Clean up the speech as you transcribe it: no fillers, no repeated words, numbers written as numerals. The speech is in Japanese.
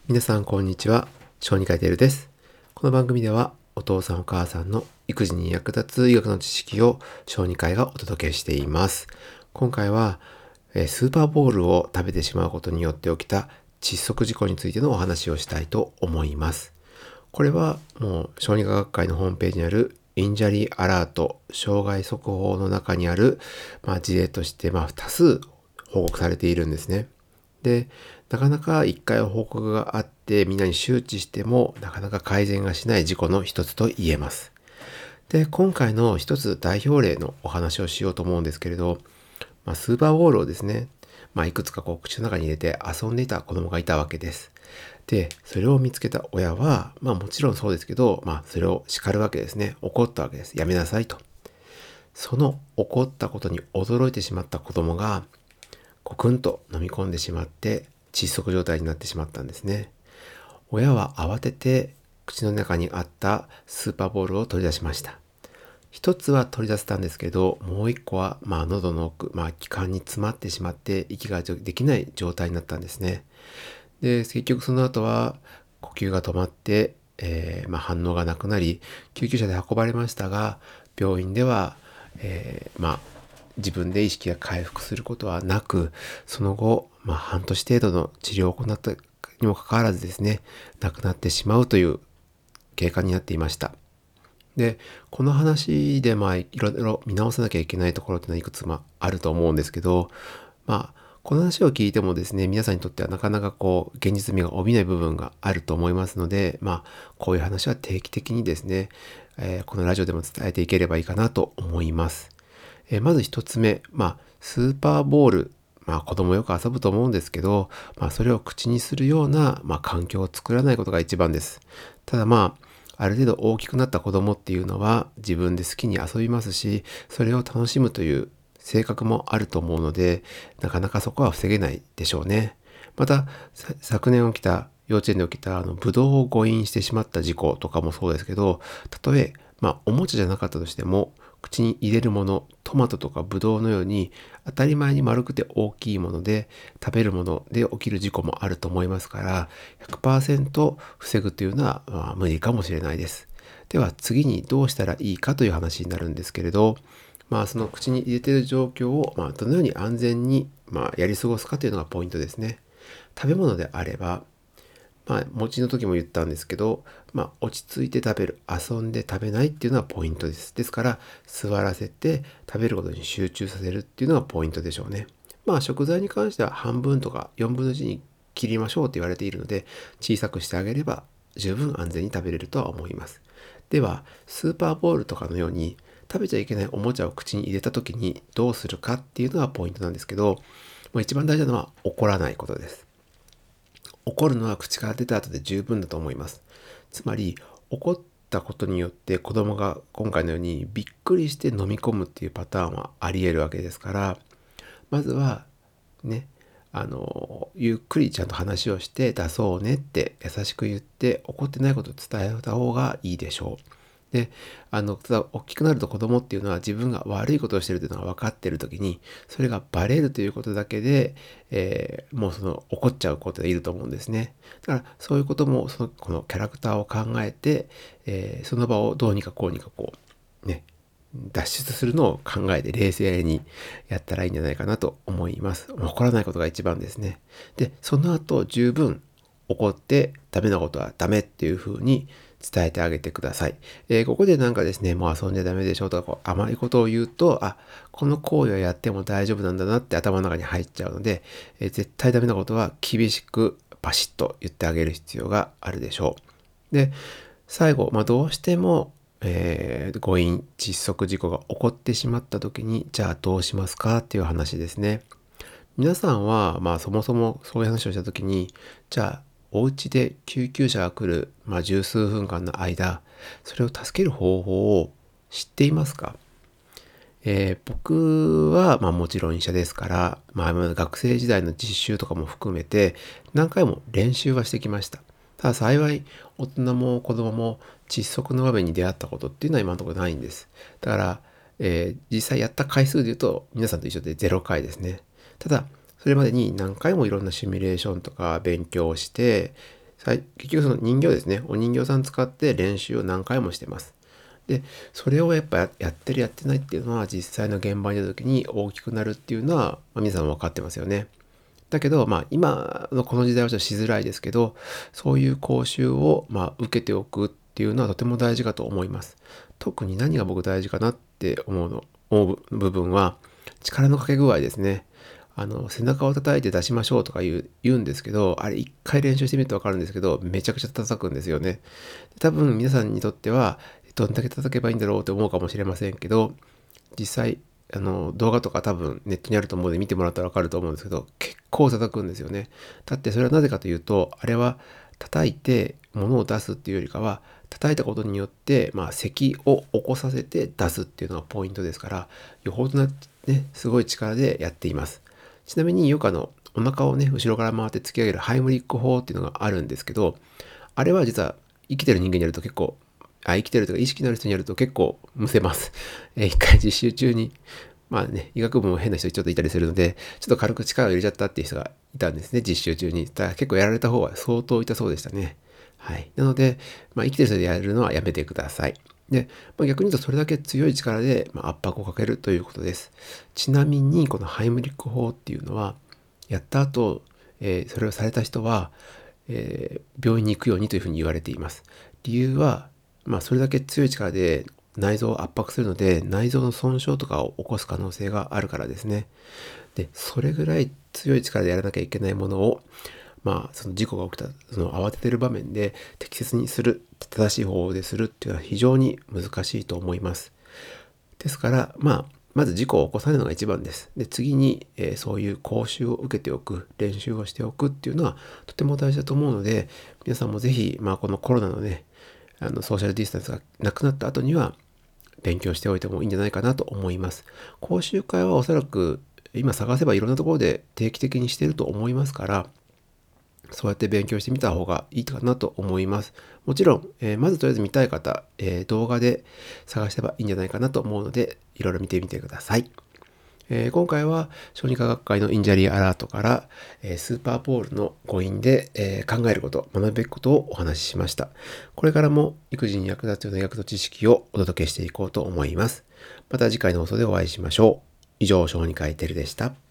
皆さんこんにちは。小児科医テルです。この番組ではお父さんお母さんの育児に役立つ医学の知識を小児科医がお届けしています。今回はスーパーボールを食べてしまうことによって起きた窒息事故についてのお話をしたいと思います。これはもう小児科学会のホームページにあるインジャリーアラート障害速報の中にある、事例として多数報告されているんですね。で、なかなか一回報告があってみんなに周知してもなかなか改善がしない事故の一つと言えます。で、今回の一つ代表例のお話をしようと思うんですけれど、スーパーボールをですね、いくつか口の中に入れて遊んでいた子供がいたわけです。で、それを見つけた親は、もちろんそうですけど、それを叱るわけですね。怒ったわけです。やめなさいと。その怒ったことに驚いてしまった子供が、ゴクンと飲み込んでしまって窒息状態になってしまったんですね。親は慌てて口の中にあったスーパーボールを取り出しました。一つは取り出せたんですけど、もう一個は喉の奥、気管に詰まってしまって息ができない状態になったんですね。で、結局その後は呼吸が止まって、反応がなくなり、救急車で運ばれましたが、病院では、自分で意識が回復することはなく、その後、半年程度の治療を行ったにもかかわらずですね、亡くなってしまうという経過になっていました。で、この話でいろいろ見直さなきゃいけないところっていうのはいくつもあると思うんですけど、この話を聞いてもですね、皆さんにとってはなかなか現実味が帯びない部分があると思いますので、こういう話は定期的にですね、このラジオでも伝えていければいいかなと思います。まず一つ目、スーパーボール、子供よく遊ぶと思うんですけど、それを口にするような、環境を作らないことが一番です。ただある程度大きくなった子供っていうのは自分で好きに遊びますし、それを楽しむという性格もあると思うので、なかなかそこは防げないでしょうね。また、昨年起きた、幼稚園で起きたブドウを誤飲してしまった事故とかもそうですけど、たとえ、おもちゃじゃなかったとしても、口に入れるもの、トマトとかブドウのように当たり前に丸くて大きいもので食べるもので起きる事故もあると思いますから、100% 防ぐというのは、無理かもしれないです。では次にどうしたらいいかという話になるんですけれど、その口に入れている状況を、どのように安全に、やり過ごすかというのがポイントですね。食べ物であれば、餅の時も言ったんですけど、落ち着いて食べる、遊んで食べないっていうのはポイントです。ですから、座らせて食べることに集中させるっていうのがポイントでしょうね。食材に関しては半分とか4分の1に切りましょうと言われているので、小さくしてあげれば十分安全に食べれるとは思います。では、スーパーボールとかのように食べちゃいけないおもちゃを口に入れた時にどうするかっていうのがポイントなんですけど、一番大事なのは怒らないことです。怒るのは口から出た後で十分だと思います。つまり、怒ったことによって子供が今回のようにびっくりして飲み込むっていうパターンはあり得るわけですから、まずはね、ゆっくりちゃんと話をして出そうねって優しく言って怒ってないことを伝えた方がいいでしょう。で、ただ大きくなると子供っていうのは自分が悪いことをしてるというのが分かっているときに、それがバレるということだけで、もう怒っちゃうことがいると思うんですね。だからそういうこともこのキャラクターを考えて、その場をどうにかこうにかね、脱出するのを考えて冷静にやったらいいんじゃないかなと思います。怒らないことが一番ですね。で、その後十分怒ってダメなことはダメっていう風に伝えてあげてください。ここでですね、もう遊んじゃダメでしょとか甘いことを言うと、この行為をやっても大丈夫なんだなって頭の中に入っちゃうので、絶対ダメなことは厳しくパシッと言ってあげる必要があるでしょう。で、最後、どうしても誤飲窒息事故が起こってしまった時に、じゃあどうしますかっていう話ですね。皆さんはそもそもそういう話をした時に、じゃあお家で救急車が来る、十数分間の間、それを助ける方法を知っていますか？僕はもちろん医者ですから、学生時代の実習とかも含めて何回も練習はしてきました。ただ幸い大人も子供も窒息の場面に出会ったことっていうのは今のところないんです。だから、実際やった回数で言うと皆さんと一緒で0回ですね。ただそれまでに何回もいろんなシミュレーションとか勉強をして、 結局その人形ですね。お人形さん使って練習を何回もしてます。で、それをやっぱやってるやってないっていうのは実際の現場に出た時に大きくなるっていうのは、皆さん分かってますよね。だけど、今のこの時代はちょっとしづらいですけど、そういう講習を受けておくっていうのはとても大事かと思います。特に何が僕大事かなって思う部分は、力のかけ具合ですね。背中を叩いて出しましょうとか言うんですけど、あれ一回練習してみるとわかるんですけど、めちゃくちゃ叩くんですよね。多分皆さんにとっては、どんだけ叩けばいいんだろうって思うかもしれませんけど、実際、動画とか多分ネットにあると思うので見てもらったらわかると思うんですけど、結構叩くんですよね。だってそれはなぜかというと、あれは叩いて物を出すっていうよりかは、叩いたことによって、咳を起こさせて出すっていうのがポイントですから、よほどな、ね、すごい力でやっています。ちなみによくお腹をね、後ろから回って突き上げるハイムリック法っていうのがあるんですけど、あれは実は生きてる人間にやると結構、生きてるとか意識のある人にやると結構むせます。一回実習中に、医学部も変な人ちょっといたりするので、ちょっと軽く力を入れちゃったっていう人がいたんですね、実習中に。だから結構やられた方は相当痛そうでしたね。はい。なので、生きてる人でやるのはやめてください。で、逆に言うとそれだけ強い力で、圧迫をかけるということです。ちなみに、このハイムリック法っていうのは、やった後、それをされた人は、病院に行くようにというふうに言われています。理由は、それだけ強い力で内臓を圧迫するので、内臓の損傷とかを起こす可能性があるからですね。で、それぐらい強い力でやらなきゃいけないものを、その事故が起きた、その慌ててる場面で適切にする、正しい方法でするっていうのは非常に難しいと思います。ですから、まず事故を起こさないのが一番です。で、次に、そういう講習を受けておく、練習をしておくっていうのはとても大事だと思うので、皆さんもぜひ、このコロナのね、ソーシャルディスタンスがなくなった後には、勉強しておいてもいいんじゃないかなと思います。講習会はおそらく、今探せばいろんなところで定期的にしていると思いますから、そうやって勉強してみた方がいいかなと思います。もちろん、まずとりあえず見たい方、動画で探せばいいんじゃないかなと思うので、いろいろ見てみてください。今回は小児科学会のインジャリーアラートから、スーパーボールの誤飲で、考えること、学ぶべきことをお話ししました。これからも育児に役立つような医学の知識をお届けしていこうと思います。また次回の放送でお会いしましょう。以上、小児科医テルでした。